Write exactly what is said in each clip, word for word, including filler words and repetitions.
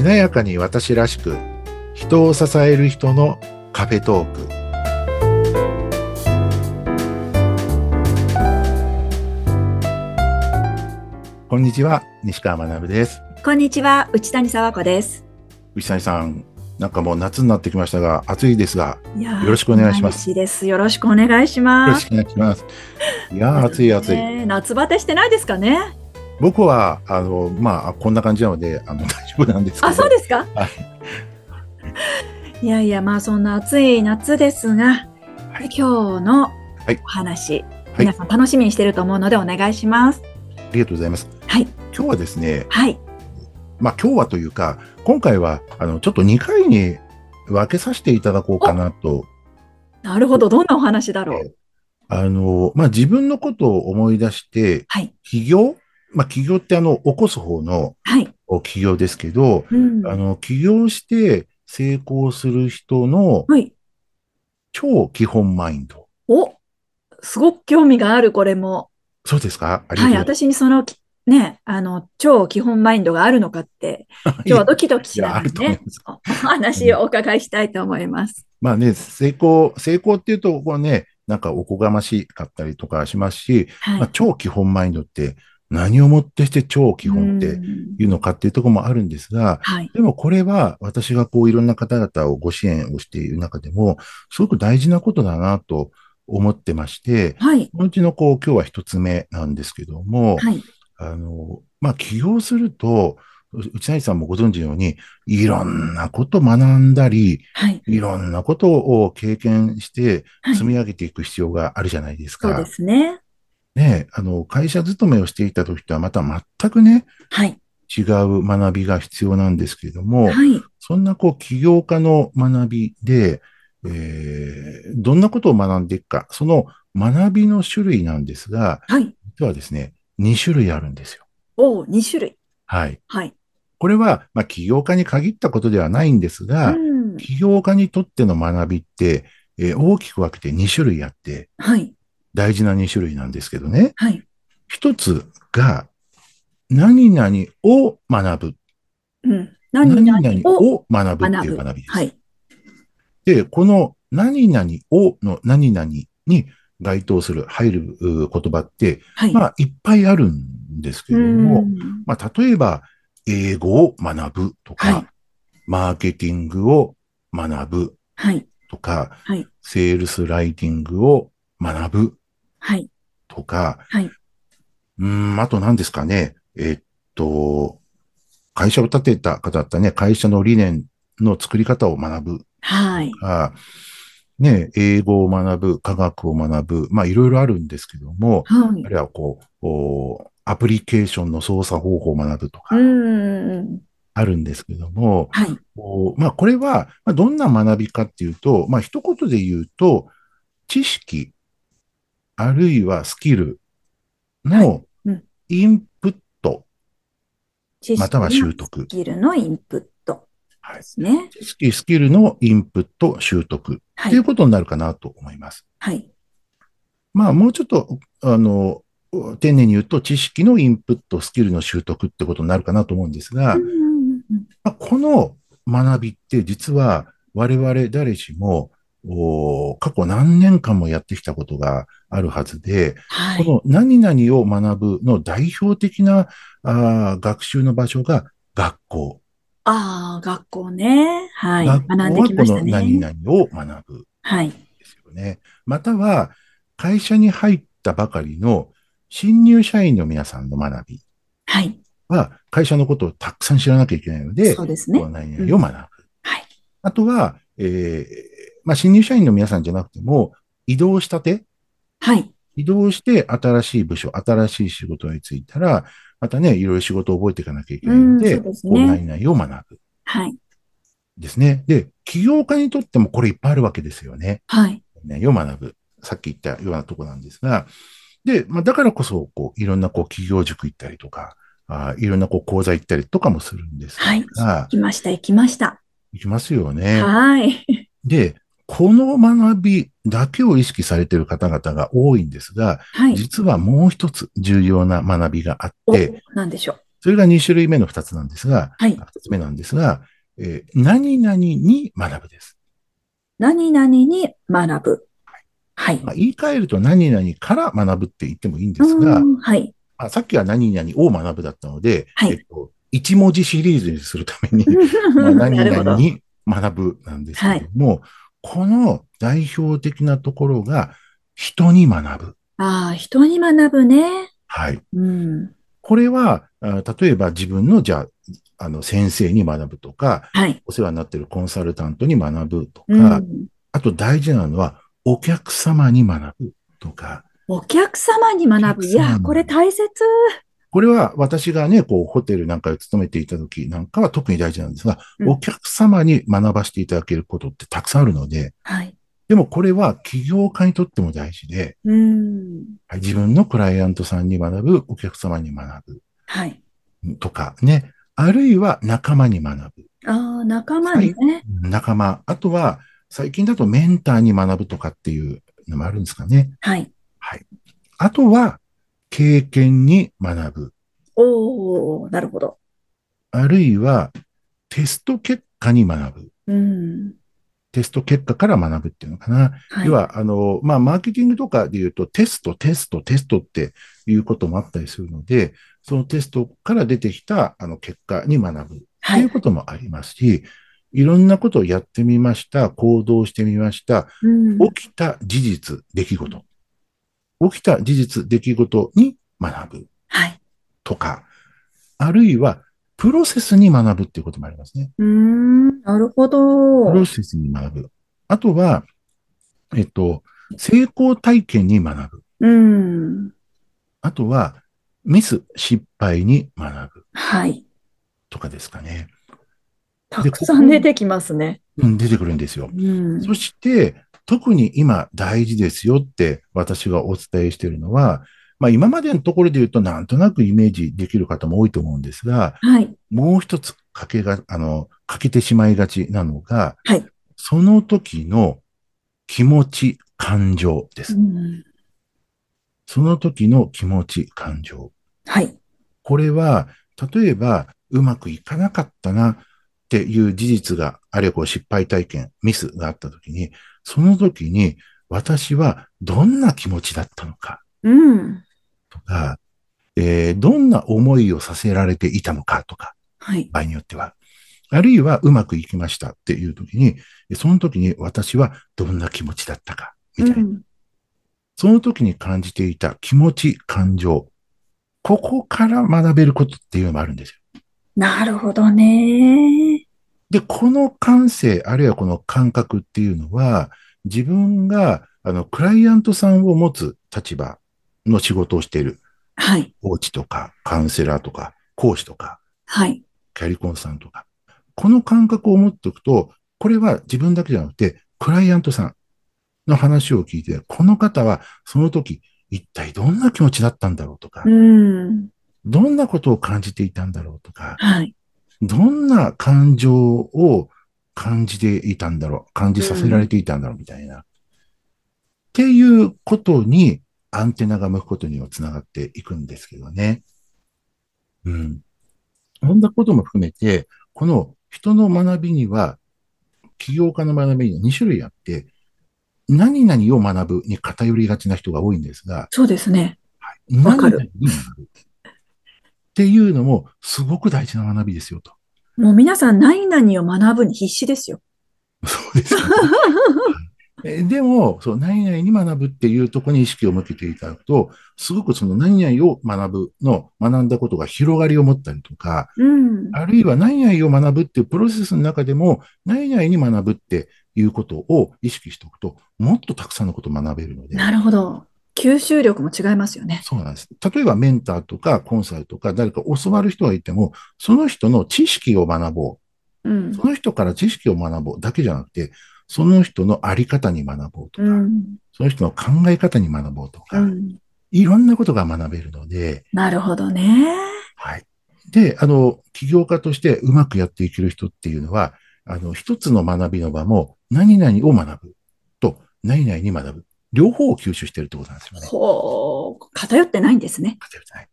華やかに私らしく、人を支える人のカフェトーク。こんにちは、西川学です。 こんにちは、内谷沢子です。 内谷さん、なんかもう夏になってきましたが、暑いですが、 いやよろしくお願いします。 毎日です。よろしくお願いします。 よろしくお願いします。いやー、暑い暑い。 夏バテしてないですかね。 僕は、あの、まあ、こんな感じなので、あの、大丈夫なんですけど。 あ、そうですか。 はい。 いやいや、まあ、そんな暑い夏ですが、 はい、 今日のお話、はい、皆さん楽しみにしていると思うのでお願いします。 ありがとうございます。 はい。 今日はですね、 はい。 まあ、今日はというか、今回は、あの、ちょっとにかいに分けさせていただこうかなと。 なるほど。どんなお話だろう。 あの、まあ、自分のことを思い出して、 はい。 起業、まあ、起業ってあの、起こす方の、 はい。 起業ですけど、 うん、 あの、起業して成功する人のはい。 超基本マインド。 お、すごく興味がある、これも。 そうですか？ありがはい。 とうござい私にその、ね、あの、超基本マインドがあるのかって、 ます。いや、 今日はドキドキしないや、あがらね、 ると思います。 お、お話をお伺いしたいと思います。 まあね、成功、成功っていうと、ここはね、なんかおこがましかったりとかしますし、まあ、 はい。 超基本マインドって何をもってして超基う本ってん。 いうのかっていうところもあるんですが、 はい。 でもこれは私がこういろんな方々をご支援をしている中でも、すごく大事なことだなと思ってまして、 はい。 このうちのこう今日は一つ目なんですけども、 はい。 あの、まあ、起業すると、内谷さんもご存知のように、いろんなこと学んだり、 はい。 いろんなことを経験してはい。 積み上げていく必要があるじゃないですそうでか。 すね。 ね、あの、会社勤めをしていた時とはまた全くね、 はい。 違う学びが必要なんですけれども、 はい。 そんなこう、起業家の学びで、えーどんなことを学んでいくか、その学びの種類なんですが、 はい。 実はですね、に種類あるんですよ。 おお、に種類。 はい。 はい。 これは、まあ、起業家に限ったことではないんですうが、 ん。 起業家にとっての学びって、えー大きく分けてに種類あって、 はい。 大事なに種類なんですけどね。 はい。 一つが、何々を学ぶ。 うん。何々 何々 をを学ぶっていう学ぶ。 学びです。 はい。 で、この何々をの何々に該当する、入る言葉って、 はい。 まあ、いっぱいあるんですけうども、 ん。 まあ、例えば、英語を学ぶとか、 はい。 マーケティングを学ぶはい。 とか、 はい。 セールスライティングを学ぶはい。 とか、 はい。 うーん、あと何ですかね。えっと、会社を立てた方だったらね、会社の理念の作り方を学ぶとはい。 か、ね、英語を学ぶ、科学を学ぶ、まあいろいろあるんですけども、 はい。 あるいはこう、こうアプリケーションの操作方法を学ぶとうか、 ん。 あるんですけども、 はい。 こうまあこれは、まあ、どんな学びかっていうと、まあ一言で言うと、知識、あるいはスキルはい。 のうん。 インプット、 知または識やス習得。 キルのインプットではい。 すね。 知識、スキルのインプット、習得っていうはい。 ことになるかなと思います。 はい。 まあ、もうちょっと、あの、丁寧に言うと、知識のインプット、スキルの習得ってことになるかなと思うんですうが、 ん。 まあ、この学びって実は我々誰しも過去何年間もやってきたことがあるはずで、 はい。 この何々を学ぶの代表的なあ学習の場所が学校。 ああ、学校ね。はい。 学学んできま校はこのしたね。 何々を学ぶはい。 ですよね。または会社に入ったばかりの新入社員の皆さんの学びはい。 は会社のことをたくさん知らなきゃいけないので、 そうですね。 この何うん。 々を学ぶ。 はい。 あとは、えーまあ、新入社員の皆さんじゃなくても、移動したて、 はい。 移動して新しい部署、新しい仕事に就いたら、またね、いろいろ仕事を覚えていかなきゃいけうん、そうないので、こう、 ですね。 何々を学ぶ。 はい。 ですね。で、起業家にとってもこれいっぱいあるわけですよね。 はい。 何々を学ぶ。さっき言ったようなところなんですが、で、まあ、だからこそ、こう、いろんな、こう、企業塾行ったりとか、あいろんな、こう、講座行ったりとかもするんですはい。 が、 来ました、行きました。 行きますよね。 はい。 で、この学びだけを意識されている方々が多いんですが、 はい。 実はもう一つ重要な学びがあっお、 て、 なんでしょう。 それがに種類目のふたつなんですが、 はい。 ふたつめなんですが、えー何々に学ぶです。 何々に学ぶ。はい。 まあ、言い換えると何々から学ぶって言ってもいいんでうーすが、 ん、はい。 まあ、さっきは何々を学ぶだったので、 はい。 えっと、一文字シリーズにするために、まあ、 な何るほど。 々に学ぶなんですけはい。 ども、この代表的なところが人に学ぶ。 ああ、人に学ぶね。 はい。 うん。 これは、あ例えば自分の、じゃあ、あの、先生に学ぶとか、 はい。 お世話になっているコンサルタントに学ぶとうか、 ん。 あと大事なのは、お客様に学ぶとか、 お客様にお客学ぶ。いや、これ様に学ぶ。 大切。 これは私がね、こう、ホテルなんかを勤めていた時なんかは特に大事なんですが、 うん。 お客様に学ばせていただけることってたくさんあるので、 はい。 でもこれは起業家にとっても大事で、 うん。 はい自分のクライアントさんに学ぶ、お客様に学はい。 ぶとかね、あるいは仲間に学ぶ。 ああ、仲間に最ね。 仲間。あとは、最近だとメンターに学ぶとかっていうのもあるんですかね。 はい。 はい。あとは、経験に学ぶ。 おお、なるほど。 あるいは、テスト結果に学ぶ。 うん。 テスト結果から学ぶっていうのかな。 はい。 要は、あの、まあ、マーケティングとかで言うと、テスト、テスト、テストっていうこともあったりするので、そのテストから出てきた、あの、結果に学ぶっていうはい。 こともありますし、いろんなことをやってみました、行動してみました、 うん。 起きた事実、出来事。起きた事実、出来事に学ぶはい。 とか、あるいは、プロセスに学ぶっていうこともありますね。 うーん。なるほど。 プロセスに学ぶ。あとは、えっと、成功体験に学ぶ。 うん。 あとは、ミス、失敗に学ぶはい。 とかですかね。で、 たくここ、 さん出てきますね。 うん、出てくるんですよ。 うん。 そして、特に今大事ですよって私がお伝えしているのは、まあ今までのところで言うとなんとなくイメージできる方も多いと思うんですが、 はい。 もう一つ欠けが、あの、欠けてしまいがちなのが、 はい。 その時の気持ち、感情でうす。 ん。 その時の気持ち、感情。 はい。 これは、例えば、うまくいかなかったなっていう事実が、あるいはこう失敗体験、ミスがあった時に、その時に私はどんな気持ちだったのかうん。 とか、えーどんな思いをさせられていたのかとか、 はい。 場合によっては。あるいはうまくいきましたっていう時に、その時に私はどんな気持ちだったか、みたいな。 うん。 その時に感じていた気持ち、感情、ここから学べることっていうのもあるんですよ。 なるほどね。 で、この感性、あるいはこの感覚っていうのは、自分が、あの、クライアントさんを持つ立場の仕事をしている、 はい。 コーチとか、カウンセラーとか、講師とか、 はい。 キャリコンさんとか、この感覚を持っておくと、これは自分だけじゃなくて、クライアントさんの話を聞いて、この方はその時、一体どんな気持ちだったんだろうとうか、 ん。 どんなことを感じていたんだろうとか、 はい。 どんな感情を感じていたんだろう、感じうさせられん。 ていたんだろうみたいな。っていうことにアンテナが向くことにはつながっていくんですけどね。うん。そんなことも含めて、この人の学びには、起業家の学びにはに種類あって、何々を学ぶに偏りがちな人が多いんですが、 そうですね。わかる。 何々に学ぶっていうのもすごく大事な学びですよと。 もう皆さん何々を学ぶに必死ですよ。 そうですよね。えでも、そう、何々に学ぶっていうところに意識を向けていただくと、すごくその何々を学ぶの、学んだことが広がりを持ったりとか、 うん。 あるいは何々を学ぶっていうプロセスの中でも、何々に学ぶっていうことを意識しておくと、もっとたくさんのことを学べるので、 なるほど。吸収力も違いますよね。 そうなんです。例えばメンターとかコンサルとか誰か教わる人がいても、その人の知識を学ぼう。 うん。 その人から知識を学ぼうだけじゃなくて、その人のあり方に学ぼうとうか、 ん。 その人の考え方に学ぼうとか、 うん。 いろんなことが学べるので、 なるほどね。 はい。で、あの、起業家としてうまくやっていける人っていうのは、あの、一つの学びの場も、何々を学ぶと、何々に学ぶ。両方を吸収しているってことなんですよね。 ほう、偏ってないんですね。 偏ってない。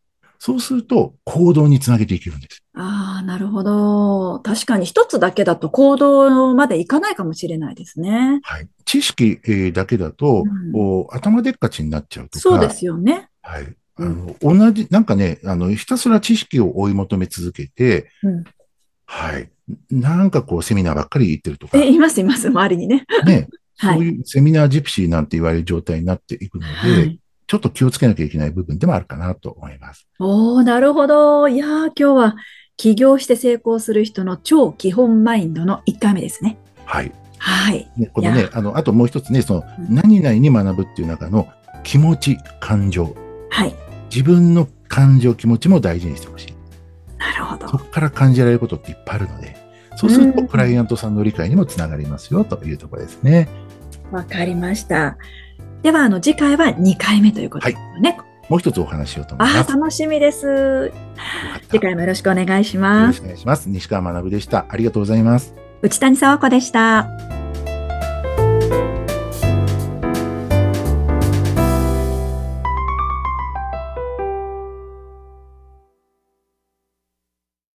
そうすると行動につなげていけるんです。 ああ、なるほど。確かに一つだけだと行動までいかないかもしれないですね。 はい。知識えーだけだと、 うん、 お頭でっかちになっちゃうとか、 そうですよね。 はい。 うん、 あの、同じ、なんかね、あの、ひたすら知識を追い求め続けて、 うん。 はい。なんかこう、セミナーばっかり行ってるとえ、 か、 います、います、周りにね。 ね、 はい。 そういうセミナージプシーなんて言われる状態になっていくので、 はい。 ちょっと気をつけなきゃいけない部分でもあるかなと思います。 おー、なるほど。いやー、今日は起業して成功する人の超基本マインドのいっかいめですね。 はい。 はい。 ね、こいやのね、あの、あともう一つね、その、 ー、うん、 何々に学ぶっていう中の気持ち、感情。 はい。 自分の感情、気持ちも大事にしてほしい。 なるほど。 そこから感じられることっていっぱいあるので、そうするとクライアントさんの理解にもつながりますよというところですね。 わかりました。では、あの、次回はにかいめということはい。 ですよね。 もう一つお話ししようと思いああ、 ます。 楽しみです。 よかった。 次回もよろしくお願いしよろます。 しくお願いします。西川学でした。ありがとうございます。 内谷沢子でした。